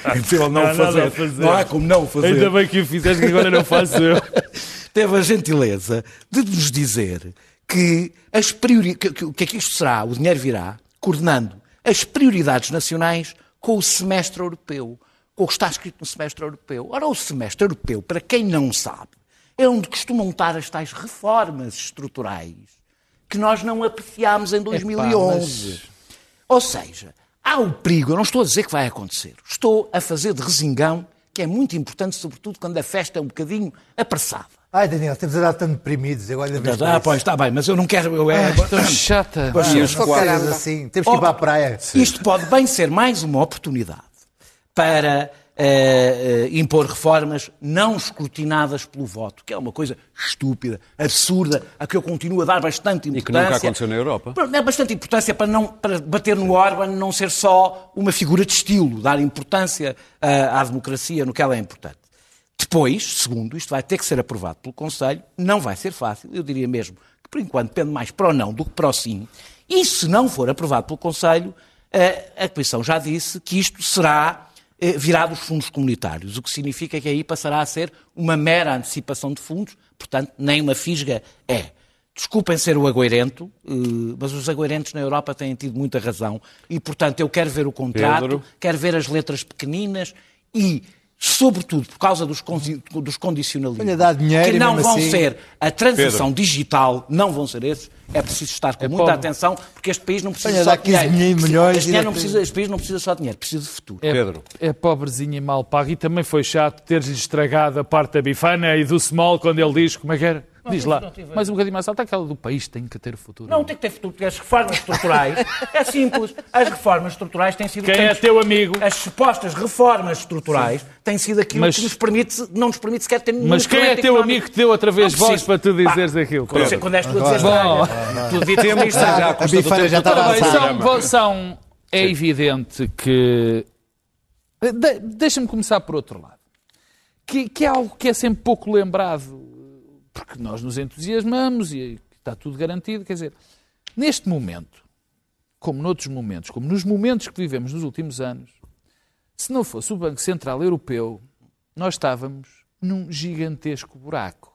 Não há como não fazer. Ainda bem que o fizeste, que agora não faço eu. Teve a gentileza de nos dizer que que isto será, o dinheiro virá, coordenando as prioridades nacionais com o semestre europeu. Com o que está escrito no semestre europeu. Ora, o semestre europeu, para quem não sabe, é onde costumam estar as tais reformas estruturais que nós não apreciámos em 2011. Ou seja, há o perigo, eu não estou a dizer que vai acontecer, estou a fazer de resingão que é muito importante, sobretudo quando a festa é um bocadinho apressada. Ai, Daniel, temos a dar tão deprimidos. Pois, está bem, mas eu não quero... Estou chata. Assim, temos que ir para a praia. Isto pode bem ser mais uma oportunidade para impor reformas não escrutinadas pelo voto, que é uma coisa estúpida, absurda, a que eu continuo a dar bastante importância. E que nunca aconteceu na Europa. É bastante importância para bater no Orban não ser só uma figura de estilo, dar importância à democracia no que ela é importante. Depois, segundo, isto vai ter que ser aprovado pelo Conselho, não vai ser fácil, eu diria mesmo que por enquanto depende mais para o não do que para o sim, e se não for aprovado pelo Conselho, a Comissão já disse que isto será virado dos fundos comunitários, o que significa que aí passará a ser uma mera antecipação de fundos, portanto, nem uma fisga é. Desculpem ser o agoirento, mas os agoirentos na Europa têm tido muita razão e, portanto, eu quero ver o contrato, quero ver as letras pequeninas e, sobretudo, por causa dos condicionalismos, que não vão ser a transição digital, não vão ser esses, é preciso estar com muita atenção, porque este país não precisa só de dinheiro. Este país não precisa só de dinheiro, precisa de futuro. É pobrezinho e mal pago, e também foi chato teres estragado a parte da bifana e do small quando ele diz, como é que era? Diz lá, mais um bocadinho mais alto, aquela do país tem que ter futuro. Não, tem que ter futuro, porque as reformas estruturais, é simples, as reformas estruturais têm sido... Quem é teu amigo? As supostas reformas estruturais têm sido aquilo que não nos permite sequer ter nenhum... Mas quem é teu amigo que te deu outra vez voz para tu dizeres aquilo? Quando és tu a dizer tu devias a bifana já está avançada. É evidente que... Deixa-me começar por outro lado. Que é algo que é sempre pouco lembrado, porque nós nos entusiasmamos e está tudo garantido. Quer dizer, neste momento, como noutros momentos, como nos momentos que vivemos nos últimos anos, se não fosse o Banco Central Europeu, nós estávamos num gigantesco buraco.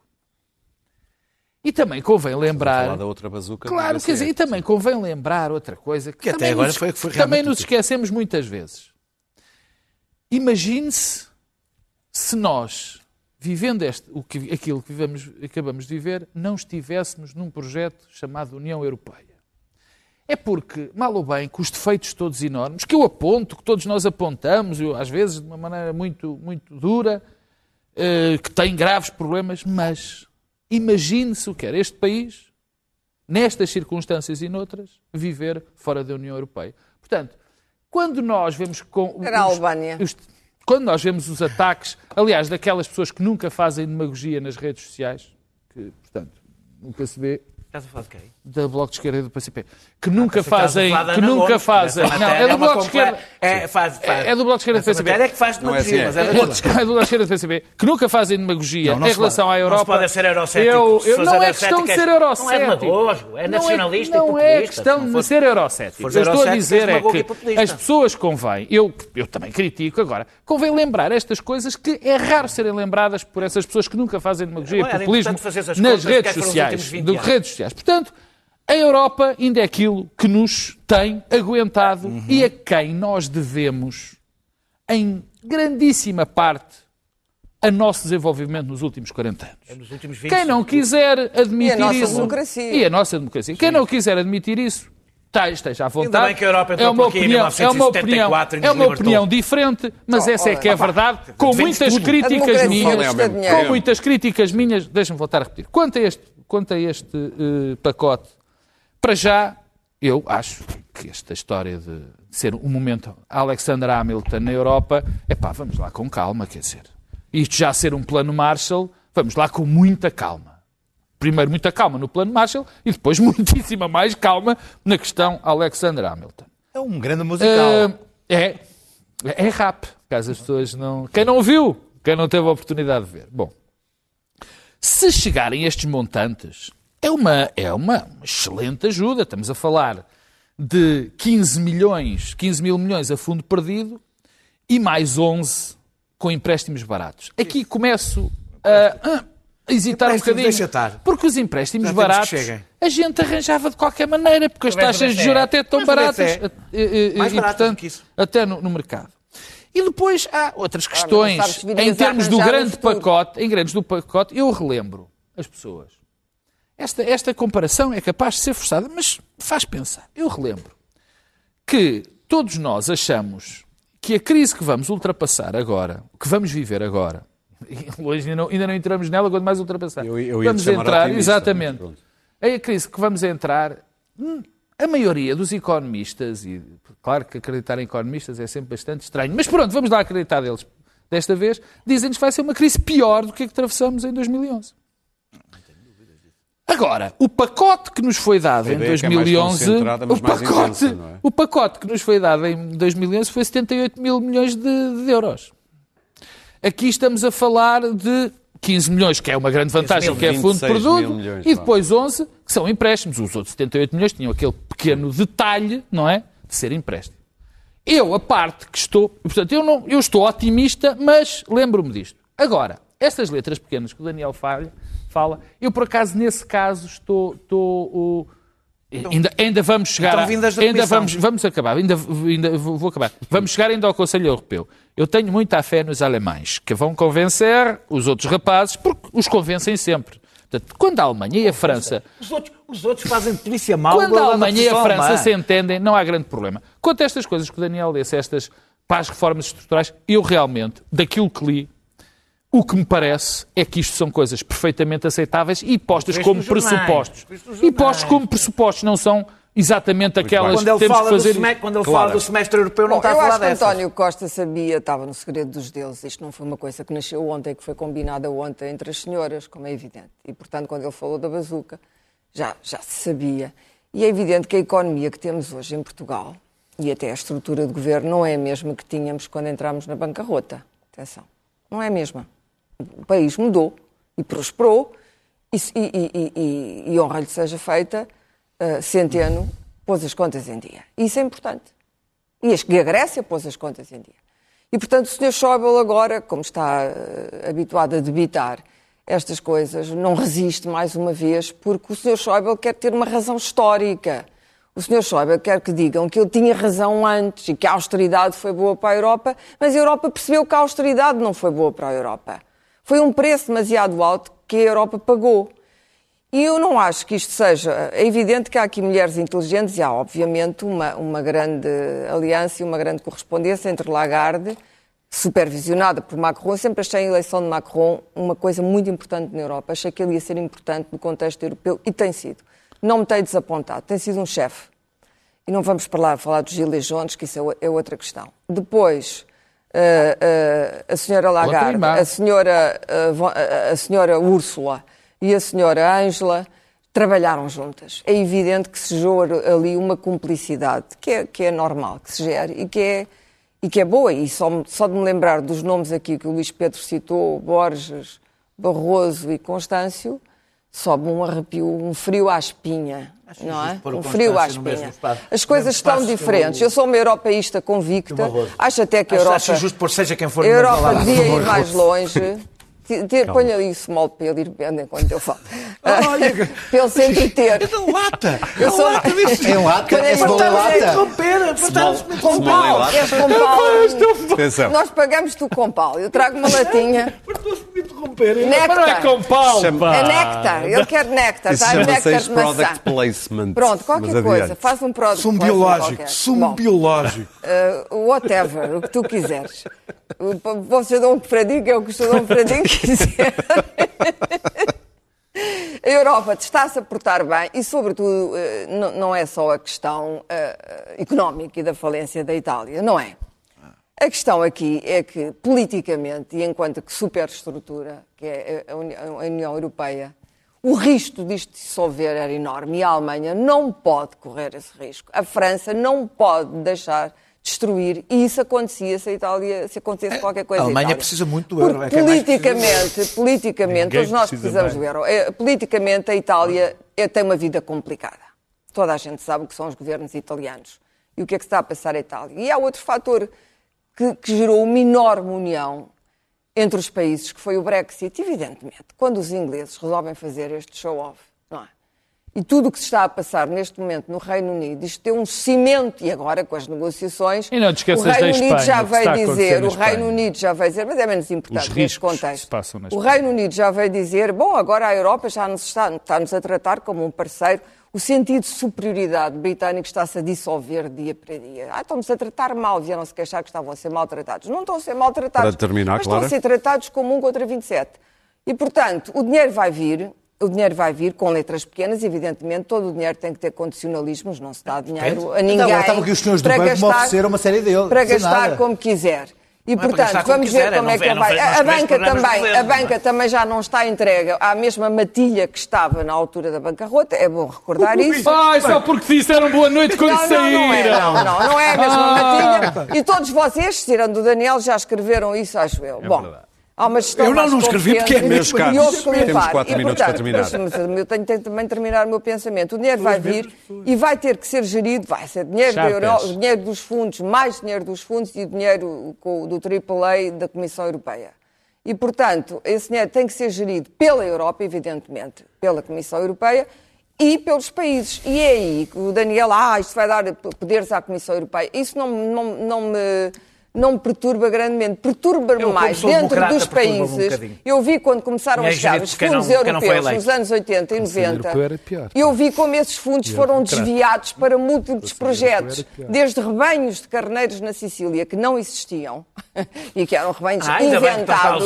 E também convém lembrar... Falar da outra bazuca. Claro, quer dizer, e também convém lembrar outra coisa que até agora foi também nos esquecemos muitas vezes. Imagine-se se nós, vivendo aquilo que acabamos de viver, não estivéssemos num projeto chamado União Europeia. É porque, mal ou bem, com os defeitos todos enormes, que eu aponto, que todos nós apontamos, às vezes de uma maneira muito, muito dura, que tem graves problemas, mas imagine-se o que era este país, nestas circunstâncias e noutras, viver fora da União Europeia. Portanto, quando nós vemos... Era a Albânia. Quando nós vemos os ataques, aliás, daquelas pessoas que nunca fazem demagogia nas redes sociais, que, portanto, nunca se vê... Estás a falar de quem? Da Bloco de Esquerda e do PCP. Que nunca fazem... Não, é do Bloco de Esquerda... É do Bloco de Esquerda e do PCP. É que faz demagogia, mas é do Bloco de Esquerda e do PCP. Que nunca fazem demagogia em relação à Europa. Não se pode ser eurocético. Não é questão de ser eurocético. Não é demagogo, é nacionalista e populista. Não é questão de ser eurocético. Eu estou a dizer é que as pessoas convém... Eu também critico agora. Convém lembrar estas coisas que é raro serem lembradas por essas pessoas que nunca fazem demagogia e populismo nas redes sociais. Portanto, a Europa ainda é aquilo que nos tem aguentado e a quem nós devemos, em grandíssima parte, a nosso desenvolvimento nos últimos 40 anos. Nos últimos 20, quem não quiser admitir isso... E a nossa democracia. Quem não quiser admitir isso, esteja à vontade. Ainda bem que a Europa entrou por aqui em 1974 e nos é uma opinião diferente, mas essa é que é a verdade, com muitas críticas minhas. Deixa-me voltar a repetir. Quanto a este pacote, para já, eu acho que esta história de ser um momento Alexander Hamilton na Europa, vamos lá com calma, quer dizer. Isto já ser um plano Marshall, vamos lá com muita calma. Primeiro muita calma no plano Marshall e depois muitíssima mais calma na questão Alexander Hamilton. É um grande musical. É rap, caso as pessoas não... Quem não viu, quem não teve a oportunidade de ver. Bom, se chegarem estes montantes, é uma excelente ajuda. Estamos a falar de 15 mil milhões a fundo perdido e mais 11 com empréstimos baratos. Aqui começo a hesitar um bocadinho, porque os empréstimos baratos a gente arranjava de qualquer maneira, porque as taxas de juros até estão baratas, mais baratas do que isso. Até no mercado. E depois há outras questões. Em termos do grande pacote, eu relembro as pessoas. Esta comparação é capaz de ser forçada, mas faz pensar. Eu relembro que todos nós achamos que a crise que vamos ultrapassar agora, que vamos viver agora, hoje ainda não entramos nela, quanto mais ultrapassar. Vamos entrar, exatamente. É a crise que vamos entrar, a maioria dos economistas, e claro que acreditar em economistas é sempre bastante estranho, mas pronto, vamos lá acreditar deles. Desta vez, dizem-nos que vai ser uma crise pior do que a que atravessamos em 2011. Agora, o pacote que nos foi dado em 2011, o pacote que nos foi dado em 2011 foi 78 mil milhões de euros. Aqui estamos a falar de 15 milhões, que é uma grande vantagem, que é fundo de produto, e depois 11, que são empréstimos. Os outros 78 milhões tinham aquele pequeno detalhe, não é, de ser empréstimo. Eu, a parte que estou... Portanto, eu estou otimista, mas lembro-me disto. Agora, estas letras pequenas que o Daniel fala, eu, por acaso, nesse caso, estou ainda vamos chegar... Vamos acabar, ainda vou acabar. Vamos chegar ainda ao Conselho Europeu. Eu tenho muita fé nos alemães, que vão convencer os outros rapazes, porque os convencem sempre. Portanto, quando a Alemanha e a França... Os outros fazem polícia mal. Quando a Alemanha e a França se entendem, não há grande problema. Quanto a estas coisas que o Daniel disse, para as reformas estruturais, eu realmente, daquilo que li, o que me parece é que isto são coisas perfeitamente aceitáveis e postas como pressupostos. E postos como pressupostos, não são exatamente aquelas que temos que fazer... Quando ele fala do semestre europeu, não está a falar dessas. Eu acho que António Costa sabia, estava no segredo dos deuses. Isto não foi uma coisa que nasceu ontem, que foi combinada ontem entre as senhoras, como é evidente. E, portanto, quando ele falou da bazuca, já se sabia. E é evidente que a economia que temos hoje em Portugal, e até a estrutura de governo, não é a mesma que tínhamos quando entramos na bancarrota. Atenção, não é a mesma. O país mudou e prosperou, e honra-lhe seja feita, Centeno pôs as contas em dia. Isso é importante. E a Grécia pôs as contas em dia. E, portanto, o Sr. Schäuble agora, como está habituado a debitar estas coisas, não resiste mais uma vez, porque o Sr. Schäuble quer ter uma razão histórica. O Sr. Schäuble quer que digam que ele tinha razão antes e que a austeridade foi boa para a Europa, mas a Europa percebeu que a austeridade não foi boa para a Europa. Foi um preço demasiado alto que a Europa pagou. E eu não acho que isto seja... É evidente que há aqui mulheres inteligentes e há, obviamente, uma grande aliança e uma grande correspondência entre Lagarde, supervisionada por Macron. Eu sempre achei a eleição de Macron uma coisa muito importante na Europa. Achei que ele ia ser importante no contexto europeu e tem sido. Não me tem desapontado. Tem sido um chefe. E não vamos falar dos Gilets Jaunes, que isso é outra questão. Depois, a senhora Lagarde, a senhora Úrsula e a senhora Ângela trabalharam juntas. É evidente que se gera ali uma cumplicidade que é normal, que se gere e que é boa. E só de me lembrar dos nomes aqui que o Luís Pedro citou, Borges, Barroso e Constâncio, sobe um arrepio, um frio à espinha. Não é? Um frio à espinha. As coisas estão diferentes. Eu sou uma europeísta convicta. Acho até que a Europa... Acho justo por seja quem for... A Europa devia ir mais longe... Põe ali o small para ele ir bebendo enquanto eu falo. Para ele se entreter. É da lata! É lata? É small lata? Com pau. És com pau. Nós pagamos-te com pau. Eu trago uma latinha. Néctar. Não é com pau, É néctar. Ele quer néctar. Isso chama-se product placement. Pronto, qualquer coisa. Faz um product placement. Sumo biológico. Whatever, o que tu quiseres. Vocês dão um predinho, é o que o senhor dá um predinho quiser. A Europa está-se a portar bem e, sobretudo, não é só a questão económica e da falência da Itália, não é? A questão aqui é que, politicamente, e enquanto que superestrutura, que é a União Europeia, o risco disto se dissolver era enorme e a Alemanha não pode correr esse risco. A França não pode deixar destruir, e isso acontecia se acontecesse qualquer coisa. A Alemanha precisa muito do euro. Politicamente, todos nós precisamos do euro. Politicamente, a Itália tem uma vida complicada. Toda a gente sabe o que são os governos italianos e o que é que se está a passar a Itália. E há outro fator que gerou uma enorme união entre os países, que foi o Brexit. Evidentemente, quando os ingleses resolvem fazer este show-off, não é? e tudo o que se está a passar neste momento no Reino Unido, isto tem um cimento, e agora com as negociações, e não te esqueças o Reino Unido Espanha, já veio dizer, mas é menos importante neste contexto. O Reino Unido já veio dizer, bom, agora a Europa já está-nos a tratar como um parceiro. O sentido de superioridade britânico está-se a dissolver dia para dia. Estão-nos a tratar mal, vieram-se queixar que estavam a ser maltratados. Não estão a ser maltratados, para terminar, mas estão a ser tratados como 1 contra 27. E, portanto, o dinheiro vai vir com letras pequenas, evidentemente, todo o dinheiro tem que ter condicionalismos, não se dá dinheiro a ninguém agora estavam aqui os senhores do banco me ofereceram uma série deles. Para gastar como quiser. E, portanto, vamos ver como é que ele vai. A banca também já não está entregue à mesma matilha que estava na altura da bancarrota. É bom recordar isso. Só porque te disseram boa noite quando saíram. Não é a mesma matilha. E todos vocês, tirando o Daniel, já escreveram isso, acho eu. Bom. Eu não escrevi porque é meus caros. Temos 4 minutos para terminar. Eu tenho que também terminar o meu pensamento. O dinheiro vai vir e vai ter que ser gerido, vai ser dinheiro dinheiro dos fundos, mais dinheiro dos fundos e dinheiro do AAA da Comissão Europeia. E, portanto, esse dinheiro tem que ser gerido pela Europa, evidentemente, pela Comissão Europeia e pelos países. E é aí que o Daniel, isto vai dar poderes à Comissão Europeia. Isso não me perturba grandemente. Perturba-me mais dentro dos países. Eu vi quando começaram a chegar os fundos europeus nos anos 80 e 90. Eu vi como esses fundos foram desviados para múltiplos projetos. Desde rebanhos de carneiros na Sicília, que não existiam, e que eram rebanhos inventados,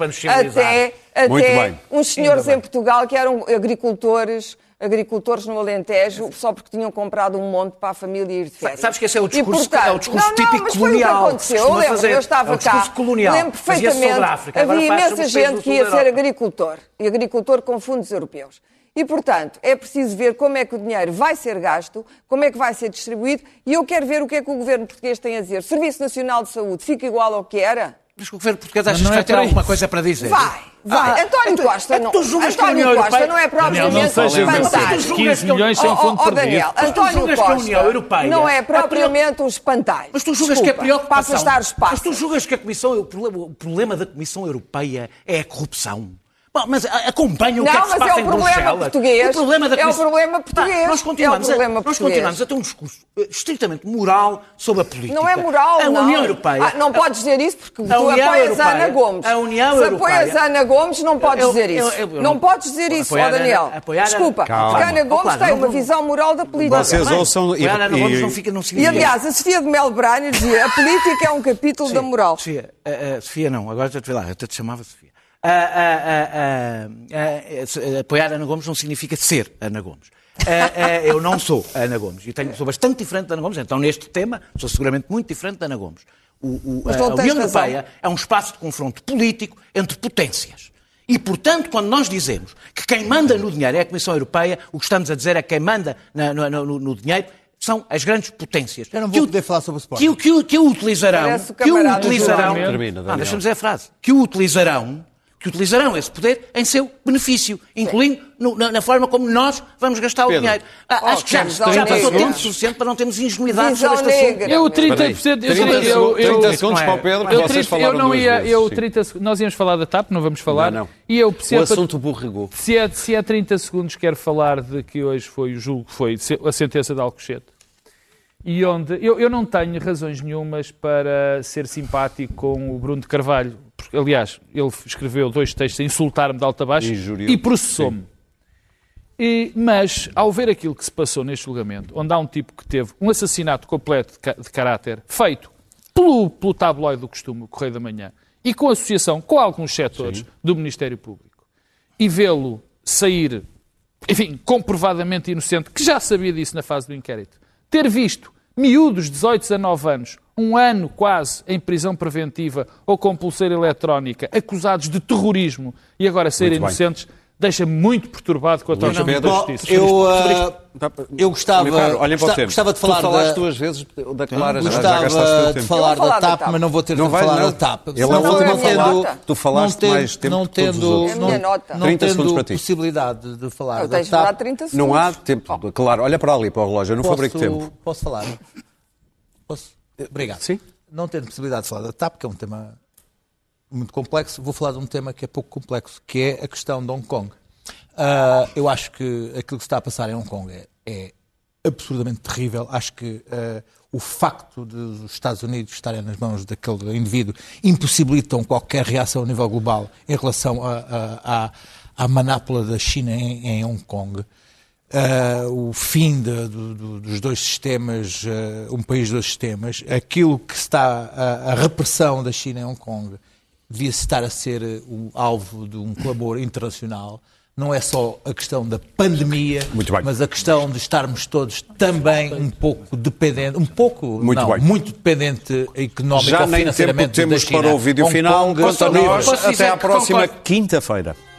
até uns senhores em Portugal que eram agricultores no Alentejo, só porque tinham comprado um monte para a família ir de férias. Sabes que esse é o discurso, típico colonial. Eu estava cá, lembro perfeitamente, havia imensa gente que ia ser agricultor com fundos europeus. E, portanto, é preciso ver como é que o dinheiro vai ser gasto, como é que vai ser distribuído, e eu quero ver o que é que o governo português tem a dizer. O Serviço Nacional de Saúde fica igual ao que era? Mas o governo português acha que vai ter alguma coisa para dizer? Vai. António Costa não é propriamente um espantalho. 15 milhões sem fundo perdido. António Costa não é propriamente um espantalho. Mas tu julgas que é preocupação. Para afastar os passos. Mas tu julgas que o problema da Comissão Europeia é a corrupção? Bom, mas acompanham o que é que se passa em Bruxelas. É o problema português. Nós continuamos a ter um discurso estritamente moral sobre a política. Não é moral, a União Europeia. Não podes dizer isso porque tu apoias a Ana Gomes. Se apoias a Ana Gomes, não podes dizer isso. Não podes dizer isso, Daniel. Desculpa, porque a Ana Gomes tem uma visão moral da política. Vocês ouçam... E, aliás, a Sofia de Mel Brainer dizia a política é um capítulo da moral. Sofia não, agora já te vi lá, eu te chamava Sofia. Apoiar Ana Gomes não significa ser Ana Gomes. Eu não sou Ana Gomes. Sou bastante diferente da Ana Gomes. Então, neste tema, sou seguramente muito diferente da Ana Gomes. A União Europeia é um espaço de confronto político entre potências. E, portanto, quando nós dizemos que quem manda no dinheiro é a Comissão Europeia, o que estamos a dizer é que quem manda no dinheiro são as grandes potências. Eu não vou poder falar sobre o Sport. Que o utilizarão... Deixa-me dizer a frase. Que utilizarão esse poder em seu benefício, incluindo na forma como nós vamos gastar o dinheiro. Acho que já passou tempo suficiente para não termos ingenuidade sobre este assunto. Eu 30%... 30 segundos para o Pedro, que vocês falaram duas vezes. Nós íamos falar da TAP, não vamos falar. Não. E eu, o assunto borregou. Se é 30 segundos, quero falar de que hoje foi a sentença de Alcochete. E onde eu não tenho razões nenhumas para ser simpático com o Bruno de Carvalho. Porque, aliás, ele escreveu 2 textos a insultar-me de alta a baixo e processou-me. Mas, ao ver aquilo que se passou neste julgamento, onde há um tipo que teve um assassinato completo de caráter, feito pelo tabloide do costume, o Correio da Manhã, e com associação com alguns setores do Ministério Público, e vê-lo sair, enfim, comprovadamente inocente, que já sabia disso na fase do inquérito, ter visto miúdos de 18 a 19 anos, um ano quase em prisão preventiva ou com pulseira eletrónica, acusados de terrorismo e agora serem inocentes, deixa-me muito perturbado com a tocha da justiça. Eu gostava de falar... Tu falaste 2 vezes da Clara, já gastaste o tempo. De falar da TAP, mas não vou ter de falar da TAP. Tu falaste mais tempo que todos os outros. Não tendo possibilidade de falar da TAP. Não há tempo. Claro, olha para ali, para o relógio, eu não fabrico tempo. Posso falar? Posso? Obrigado. Sim. Não tendo possibilidade de falar da TAP, que é um tema muito complexo, vou falar de um tema que é pouco complexo, que é a questão de Hong Kong. Eu acho que aquilo que se está a passar em Hong Kong é absolutamente terrível. Acho que o facto de os Estados Unidos estarem nas mãos daquele indivíduo impossibilitam qualquer reação a nível global em relação à manápula da China em Hong Kong. O fim dos dois sistemas, um país, dois sistemas, aquilo que está, a repressão da China em Hong Kong, devia-se estar a ser o alvo de um clamor internacional. Não é só a questão da pandemia, mas a questão de estarmos todos também um pouco dependentes, muito dependente económico ou financeiramente da China. Já nem tempo temos para o vídeo final. Quanto a nós, até à próxima quinta-feira.